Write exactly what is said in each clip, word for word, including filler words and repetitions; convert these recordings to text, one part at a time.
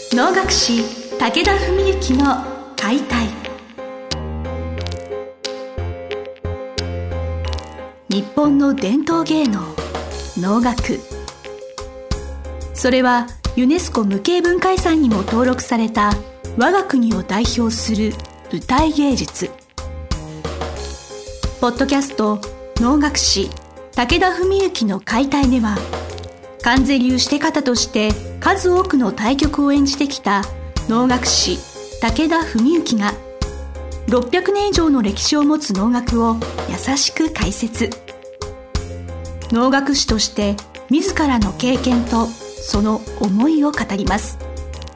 能楽師武田文幸の解体。日本の伝統芸能能楽、それはユネスコ無形文化遺産にも登録された我が国を代表する舞台芸術。ポッドキャスト能楽師武田文幸の解体では、観世流して方として数多くの大曲を演じてきた能楽師武田文幸がろっぴゃくねん以上の歴史を持つ能楽を優しく解説。能楽師として自らの経験とその思いを語ります。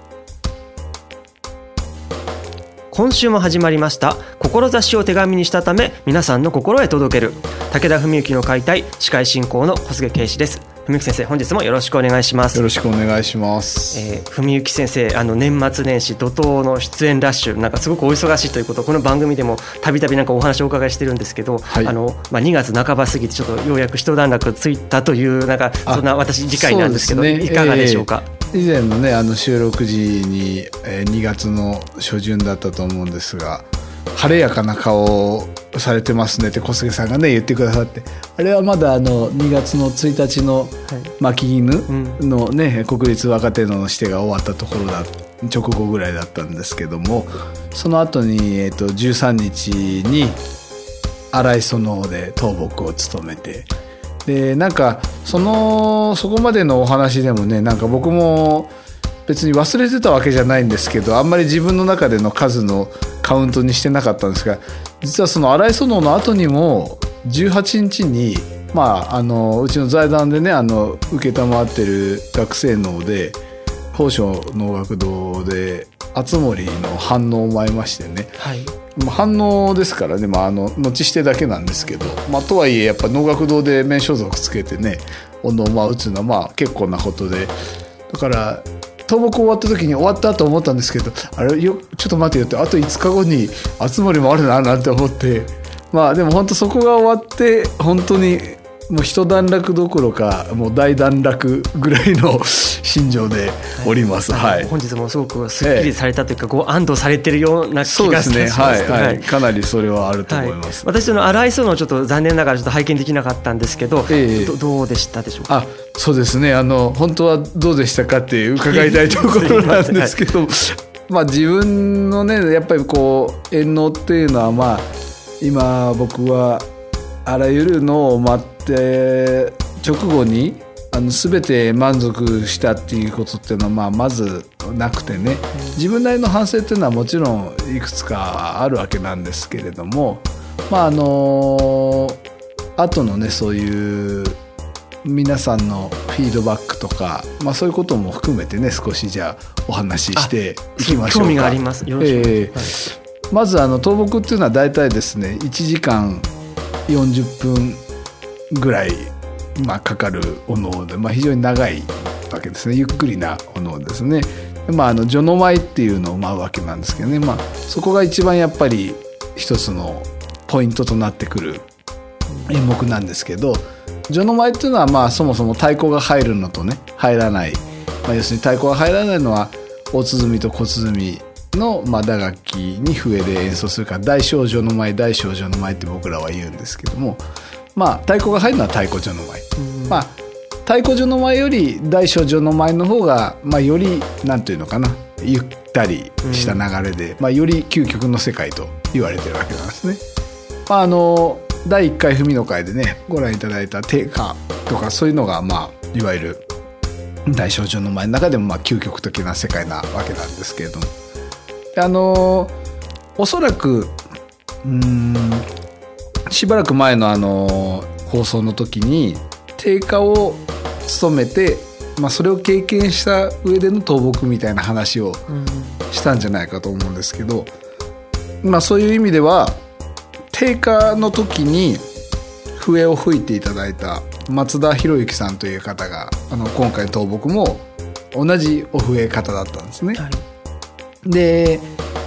今週も始まりました志を手紙にしたため皆さんの心へ届ける武田文幸の解体、司会進行の小菅圭司です。文幸先生、本日もよろしくお願いします。 よろしくお願いします。 えー、文幸先生、あの年末年始怒涛の出演ラッシュ、なんかすごくお忙しいということをこの番組でもたびたびなんかお話をお伺いしてるんですけど、はい、あのまあ、にがつなかば過ぎてちょっとようやく一段落ついたというなんかそんな私理解なんですけど、ね、いかがでしょうか。 えー、以前のねあの収録時に、えー、にがつの初旬だったと思うんですが、晴れやかな顔をされてますねって小菅さんがね言ってくださって、あれはまだあのにがつのついたちの巻き絹のね、うん、国立若手の指定が終わったところだ直後ぐらいだったんですけども、その後に、えー、とじゅうさんにちに荒磯の方で東北を務めて、でなんかそのそこまでのお話でもね、なんか僕も別に忘れてたわけじゃないんですけど、あんまり自分の中での数のカウントにしてなかったんですが、実はその荒磯能の後にもじゅうはちにちに、まあ、あのうちの財団でねあの受けたまってる学生能で宝生能楽堂で敦盛の反応を舞いましてね、はい、反応ですからね、まあ、あの後してだけなんですけど、まあ、とはいえやっぱ能楽堂で面装束つけてねお能を舞うっていうのはまあ結構なことで、だから東北終わった時に終わったと思ったんですけど、あれよちょっと待ってよって、あといつかごに敦盛もあるななんて思って、まあでも本当そこが終わって本当にもう一段落どころかもう大段落ぐらいの心情でおります。はいはい、 本日もすごくすっきりされたというか、ええ、ご安堵されているような気がしますね。 はいはいはい、かなりそれはあると思います。 はい、私その荒磯のちょっと残念ながらちょっと拝見できなかったんですけど、ええ、ど, どうでしたでしょうか。 あ、そうですね、あの本当はどうでしたかって伺いたいところなんですけど、はい、まあ自分のねやっぱりこう演能っていうのはまあ今僕はあらゆるのを待って直後にあの全て満足したっていうことっていうのはまあまずなくてね、自分なりの反省っていうのはもちろんいくつかあるわけなんですけれども、まああの後のねそういう皆さんのフィードバックとか、まあ、そういうことも含めてね少しじゃあお話ししていきましょうか。 興味があります。よろしくお願いします。 えー、まずあの倒木っていうのはだいたいですねいちじかんよんじゅっぷんぐらい、まあ、かかるお能で、まあ、非常に長いわけですね。ゆっくりなお能ですね。で、まあ、あの序の舞っていうのを舞うわけなんですけどね、まあ、そこが一番やっぱり一つのポイントとなってくる演目なんですけど、序の舞っていうのはまあそもそも太鼓が入るのとね入らない、まあ、要するに太鼓が入らないのは大鼓と小鼓のまあ打楽器に笛で演奏するから大小序の舞大小序の舞って僕らは言うんですけども、まあ太鼓が入るのは太鼓序の舞、まあ太鼓序の舞より大小序の舞の方がまあよりなんていうのかなゆったりした流れで、まあ、より究極の世界と言われてるわけなんですね。まああのだいいっかい文の会でねご覧いただいた定歌とかそういうのがまあいわゆる大小序の舞の中でもまあ究極的な世界なわけなんですけれども、あのおそらくうーんしばらく前のあの放送の時に定歌を務めて、まあ、それを経験した上での倒木みたいな話をしたんじゃないかと思うんですけど、まあ、そういう意味では定歌の時に笛を吹いていただいた松田博之さんという方があの今回の倒木も同じお笛方だったんですね。はい、で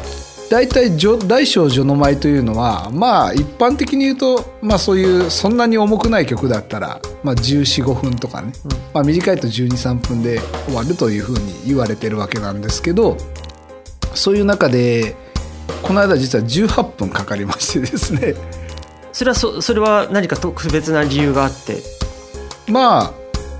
大体大小序の舞というのはまあ一般的に言うと、まあ、そういうそんなに重くない曲だったら、まあ、じゅうよん、ごふんとかね、うんまあ、短いとじゅうに、さんぷんで終わるというふうに言われてるわけなんですけど、そういう中でこの間実はじゅうはっぷんかかりましてですね。 それは そ, それは何か特別な理由があって？ まあ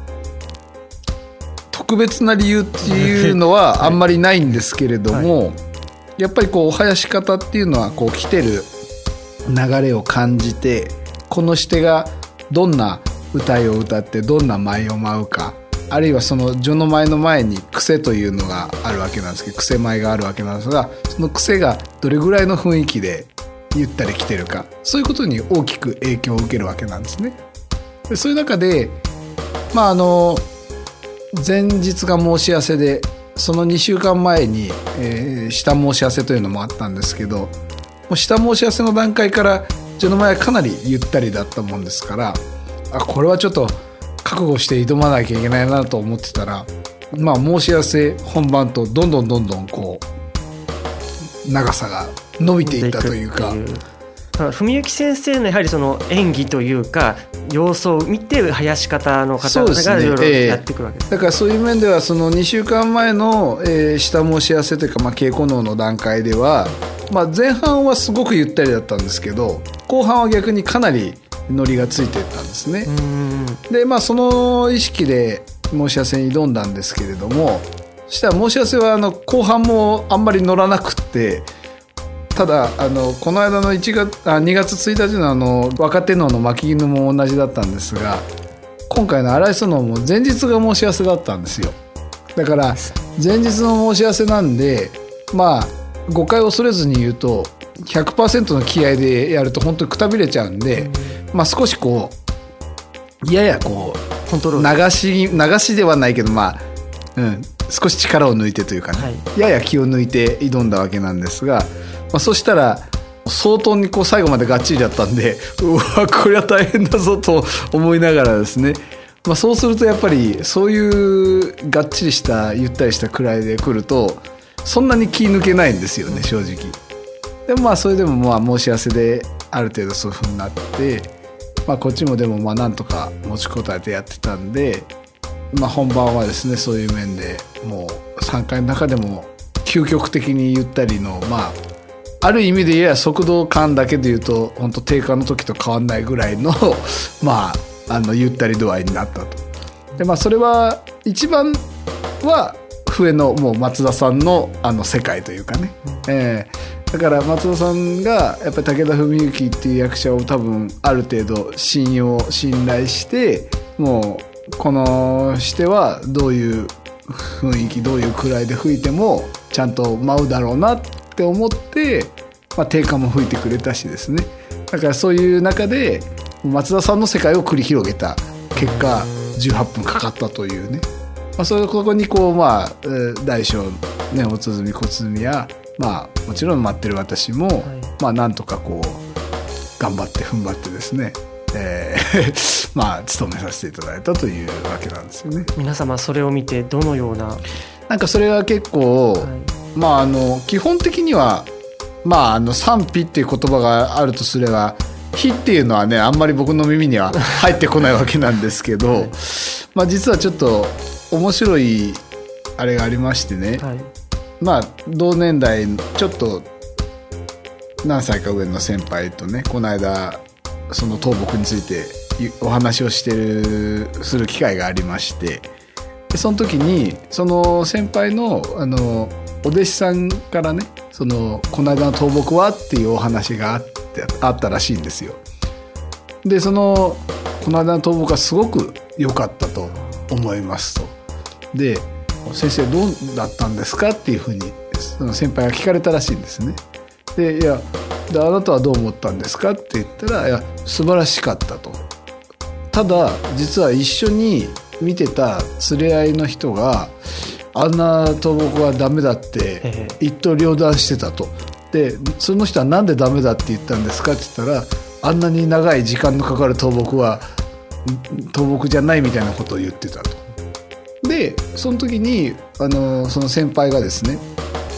特別な理由っていうのはあんまりないんですけれども、はいはい、やっぱりこうお囃子方っていうのはこう来てる流れを感じて、このシテがどんな歌いを歌ってどんな舞を舞うか、あるいはその序の舞の前に癖というのがあるわけなんですけど、癖舞があるわけなんですが、その癖がどれぐらいの雰囲気でゆったり来てるか、そういうことに大きく影響を受けるわけなんですね。でそういう中でまああの前日が申し合わせで、そのにしゅうかんまえに、えー、下申し合わせというのもあったんですけど、もう下申し合わせの段階から序の前はかなりゆったりだったもんですから、あこれはちょっと覚悟して挑まなきゃいけないなと思ってたら、まあ申し合わせ本番とどんどんどんどんこう長さが伸びていったというか、 文幸先生のやはりその演技というか様子を見て囃子方の方々がいろいろやってくるわけです、 ねえー、だからそういう面ではそのにしゅうかんまえの、えー、下申し合わせというか、まあ、稽古能の段階では、まあ、前半はすごくゆったりだったんですけど、後半は逆にかなりノリがついていったんですね。うんで、まあ、その意識で申し合わせに挑んだんですけれども、そしたら申し合わせはあの後半もあんまり乗らなくって、ただあのこの間のいちがつあにがつついたちのあの若手能の巻絹も同じだったんですが、今回の荒磯能も前日が申し合わせだったんですよ。だから前日の申し合わせなんで、まあ誤解を恐れずに言うと ひゃくパーセント の気合でやると本当にくたびれちゃうんで、まあ、少しこうややこうコントロール流し流しではないけど、まあうん、少し力を抜いてというかね、はい、やや気を抜いて挑んだわけなんですが、まあ、そしたら相当にこう最後までがっちりだったんで、うわこれは大変だぞと思いながらですね、まあ、そうするとやっぱりそういうがっちりしたゆったりしたくらいで来るとそんなに気抜けないんですよね、正直。でもまあそれでもまあ申し合わせである程度そういう風になって、まあ、こっちもでもまあなんとか持ちこたえてやってたんで、まあ、本番はですねそういう面でもうさんかいの中でも究極的にゆったりの、まあある意味でやや速度感だけでいうと本当定価の時と変わんないぐらいのまああのゆったり度合いになったと。で、まあ、それは一番は笛のもう松田さんのあの世界というかね、うんえー、だから松田さんがやっぱり武田文幸っていう役者を多分ある程度信用信頼して、もうこのしてはどういう雰囲気どういう位で吹いてもちゃんと舞うだろうなって思って、まあ、定価も吹いてくれたしですね。だからそういう中で松田さんの世界を繰り広げた結果じゅうはっぷんかかったというね、まあ、それここにこう、まあ、大小、ね、お鼓小鼓や、まあ、もちろん待ってる私も、はいまあ、なんとかこう頑張って踏ん張ってですね、えーまあ、務めさせていただいたというわけなんですよね。 皆様それを見てどのようななんかそれは結構、はいまあ、あの基本的には、まあ、あの賛否っていう言葉があるとすれば否っていうのはねあんまり僕の耳には入ってこないわけなんですけど、はいまあ、実はちょっと面白いあれがありましてね、はいまあ、同年代ちょっと何歳か上の先輩とねこの間その倒木についてお話をしてるする機会がありまして、でその時にその先輩のあのお弟子さんからねそのこの間の倒木はっていうお話があってあったらしいんですよ。でそのこの間の倒木はすごく良かったと思いますと。で先生どうだったんですかっていうふうにその先輩が聞かれたらしいんですね。でいやであなたはどう思ったんですかって言ったらいや素晴らしかったと。ただ実は一緒に見てた連れ合いの人があんな倒木はダメだって一刀両断してたと。でその人はなんでダメだって言ったんですかって言ったらあんなに長い時間のかかる倒木は倒木じゃないみたいなことを言ってたと。でその時にあのその先輩がですね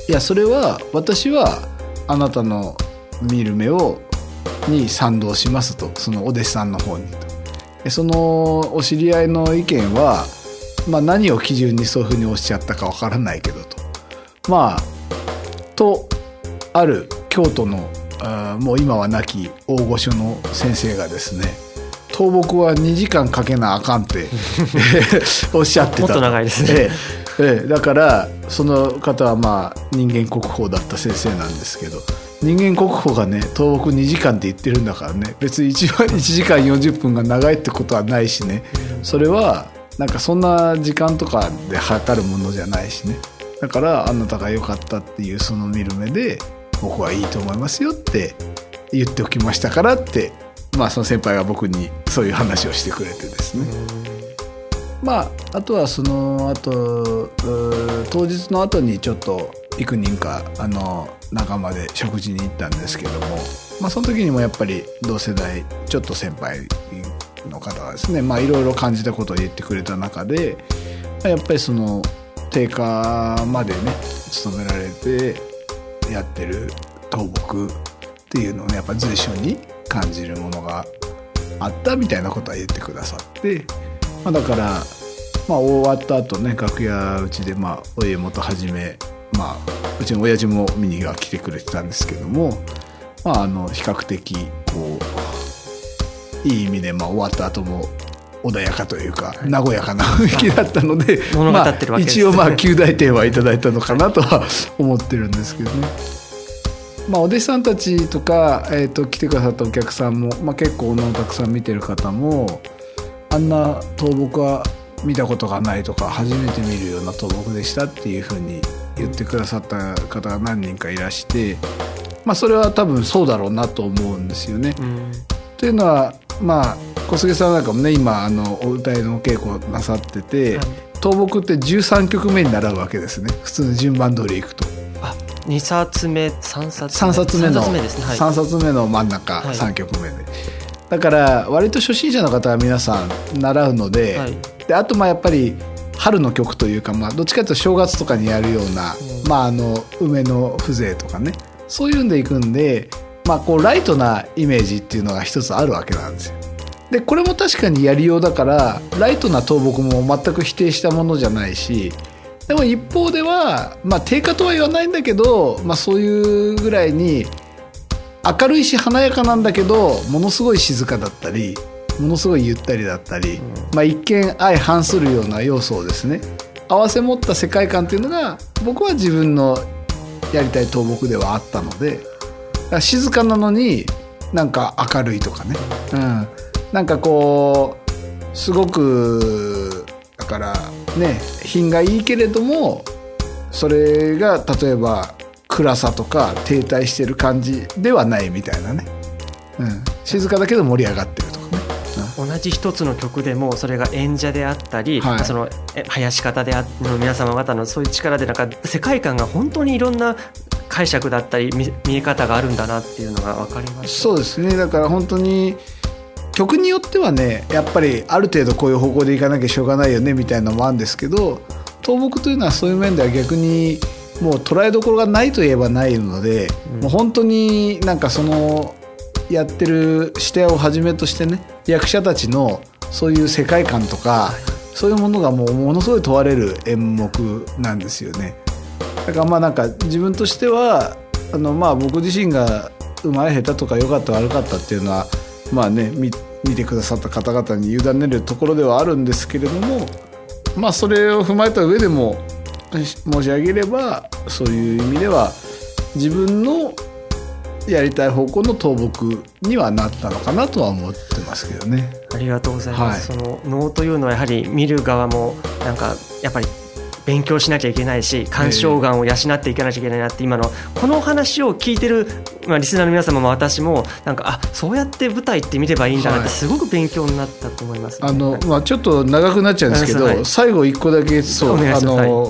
いやそれは私はあなたの見る目をに賛同しますと、そのお弟子さんの方にと。そのお知り合いの意見は、まあ、何を基準にそういうふうにおっしゃったかわからないけどと、まあとある京都のあもう今は亡き大御所の先生がですね、倒木はにじかんかけなあかんっておっしゃってたと。 もっと長いですね、 ええええ、だからその方はまあ人間国宝だった先生なんですけど、人間国宝がね倒木にじかんって言ってるんだからね、別に いち, いちじかんよんじゅっぷんが長いってことはないしね、それはなんかそんな時間とかで測るものじゃないしね。だからあなたが良かったっていうその見る目で僕はいいと思いますよって言っておきましたからって、まあその先輩が僕にそういう話をしてくれてですね。まああとはその後当日の後にちょっと幾人かあの仲間で食事に行ったんですけども、まあその時にもやっぱり同世代ちょっと先輩の方がですね、まあいろいろ感じたことを言ってくれた中で、やっぱりその定価までね勤められてやってる倒木っていうのをねやっぱ随所に感じるものがあったみたいなことは言ってくださって、まあ、だから、まあ、終わった後ね楽屋うちで、まあ、お家元はじめ、まあ、うちの親父も見には来てくれてたんですけども、まあ、あの比較的こういい意味で、まあ、終わった後も穏やかというか、はい、和やかな雰囲気だったので、 物語ってるわけですね。 まあ、一応まあ及第点はいただいたのかなとは思ってるんですけどね。まあ、お弟子さんたちとか、えー、と来てくださったお客さんも、まあ、結構のたくさん見てる方もあんな倒木は見たことがないとか初めて見るような倒木でしたっていうふうに言ってくださった方が何人かいらして、まあ、それは多分そうだろうなと思うんですよね。うん、というのはまあ小菅さんなんかもね今あのお歌いの稽古なさってて、はい、倒木ってじゅうさんきょくめに習うわけですね、普通の順番通りいくと。 あにさつめさんさつめさんさつめのさんさつめですね、はい、 さんさつめの真ん中、はい、さんきょくめで、だから割と初心者の方は皆さん習うので、はい、であとまあやっぱり春の曲というか、まあ、どっちかというと正月とかにやるような、うんまあ、あの梅の風情とかねそういうんでいくんで、まあ、こうライトなイメージっていうのが一つあるわけなんですよ。でこれも確かにやりようだからライトな倒木も全く否定したものじゃないし、でも一方では、まあ、低下とは言わないんだけど、まあ、そういうぐらいに明るいし華やかなんだけどものすごい静かだったりものすごいゆったりだったり、うんまあ、一見相反するような要素をですね合わせ持った世界観っていうのが僕は自分のやりたい倒木ではあったので、だから静かなのになんか明るいとかね、うん、なんかこうすごくだからね品がいいけれどもそれが例えば暗さとか停滞してる感じではないみたいなね、うん、静かだけど盛り上がってるとかね、 うん、同じ一つの曲でもそれが演者であったり、はい、その囃子方であの皆様方のそういう力でなんか世界観が本当にいろんな解釈だったり 見, 見え方があるんだなっていうのが分かりました。 そうですね、だから本当に曲によってはねやっぱりある程度こういう方向でいかなきゃしょうがないよねみたいなのもあるんですけど、倒木というのはそういう面では逆にもう捉えどころがないといえばないので、うん、もう本当になんかそのやってる視点をはじめとしてね役者たちのそういう世界観とか、はい、そういうものがもうものすごい問われる演目なんですよね。だからまあなんか自分としてはあのまあ僕自身がうまい下手とか良かった悪かったっていうのはまあね 見, 見てくださった方々に委ねるところではあるんですけれども、まあそれを踏まえた上でも申し上げればそういう意味では自分のやりたい方向の倒木にはなったのかなとは思ってますけどね。 ありがとうございます、はい、その能というのはやはり見る側もなんかやっぱり勉強しなきゃいけないし鑑賞眼を養っていかなきゃいけないなって今のこの話を聞いてる、まあ、リスナーの皆様も私もなんかあそうやって舞台って見ればいいんだなってすごく勉強になったと思います、ね、 あのまあ、ちょっと長くなっちゃうんですけど、はい、最後いっこだけそう、あの、はい、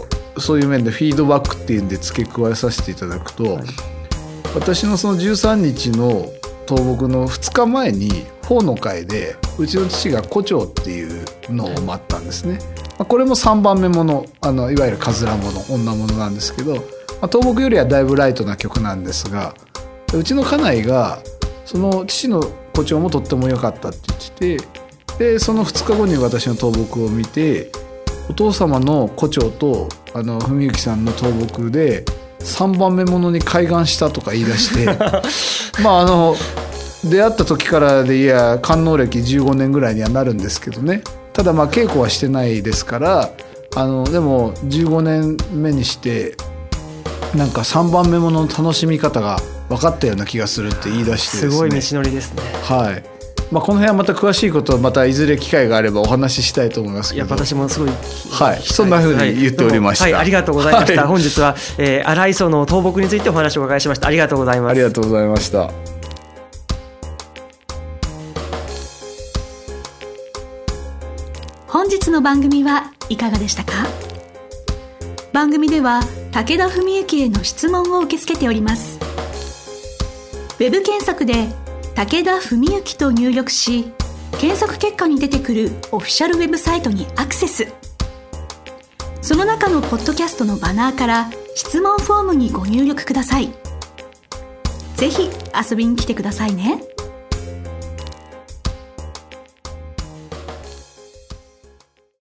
そういう面でフィードバックっていうんで付け加えさせていただくと、はい、私のそのじゅうさんにちの倒木のふつかまえに法の会でうちの父が胡蝶っていうのを待ったんですね。これもさんばんめもの、あのいわゆるかずらもの女ものなんですけど、 まあ、倒木よりはだいぶライトな曲なんですが、うちの家内がその父の誇張もとっても良かったって言ってて、でそのふつかごに私の倒木を見て、お父様の誇張とあの文幸さんの倒木でさんばんめものに開眼したとか言い出してまああの出会った時からでいや観音歴じゅうごねんぐらいにはなるんですけどね、ただまあ稽古はしてないですから、あのでもじゅうごねんめにしてなんかさんばんめものの楽しみ方が分かったような気がするって言い出してですね、 すごい道のりですね。 はい、まあ、この辺はまた詳しいことをまたいずれ機会があればお話ししたいと思いますけど、 いや私もすごい、 はい、そんな風に言っておりました。 はい、ありがとうございました、 はい、 本日は、えー、荒磯の倒木についてお話をお伺いしました。ありがとうございます。 ありがとうございました。 本日の番組はいかがでしたか？番組では武田文幸への質問を受け付けております。ウェブ検索で武田文幸と入力し、検索結果に出てくるオフィシャルウェブサイトにアクセス。その中のポッドキャストのバナーから質問フォームにご入力ください。ぜひ遊びに来てくださいね。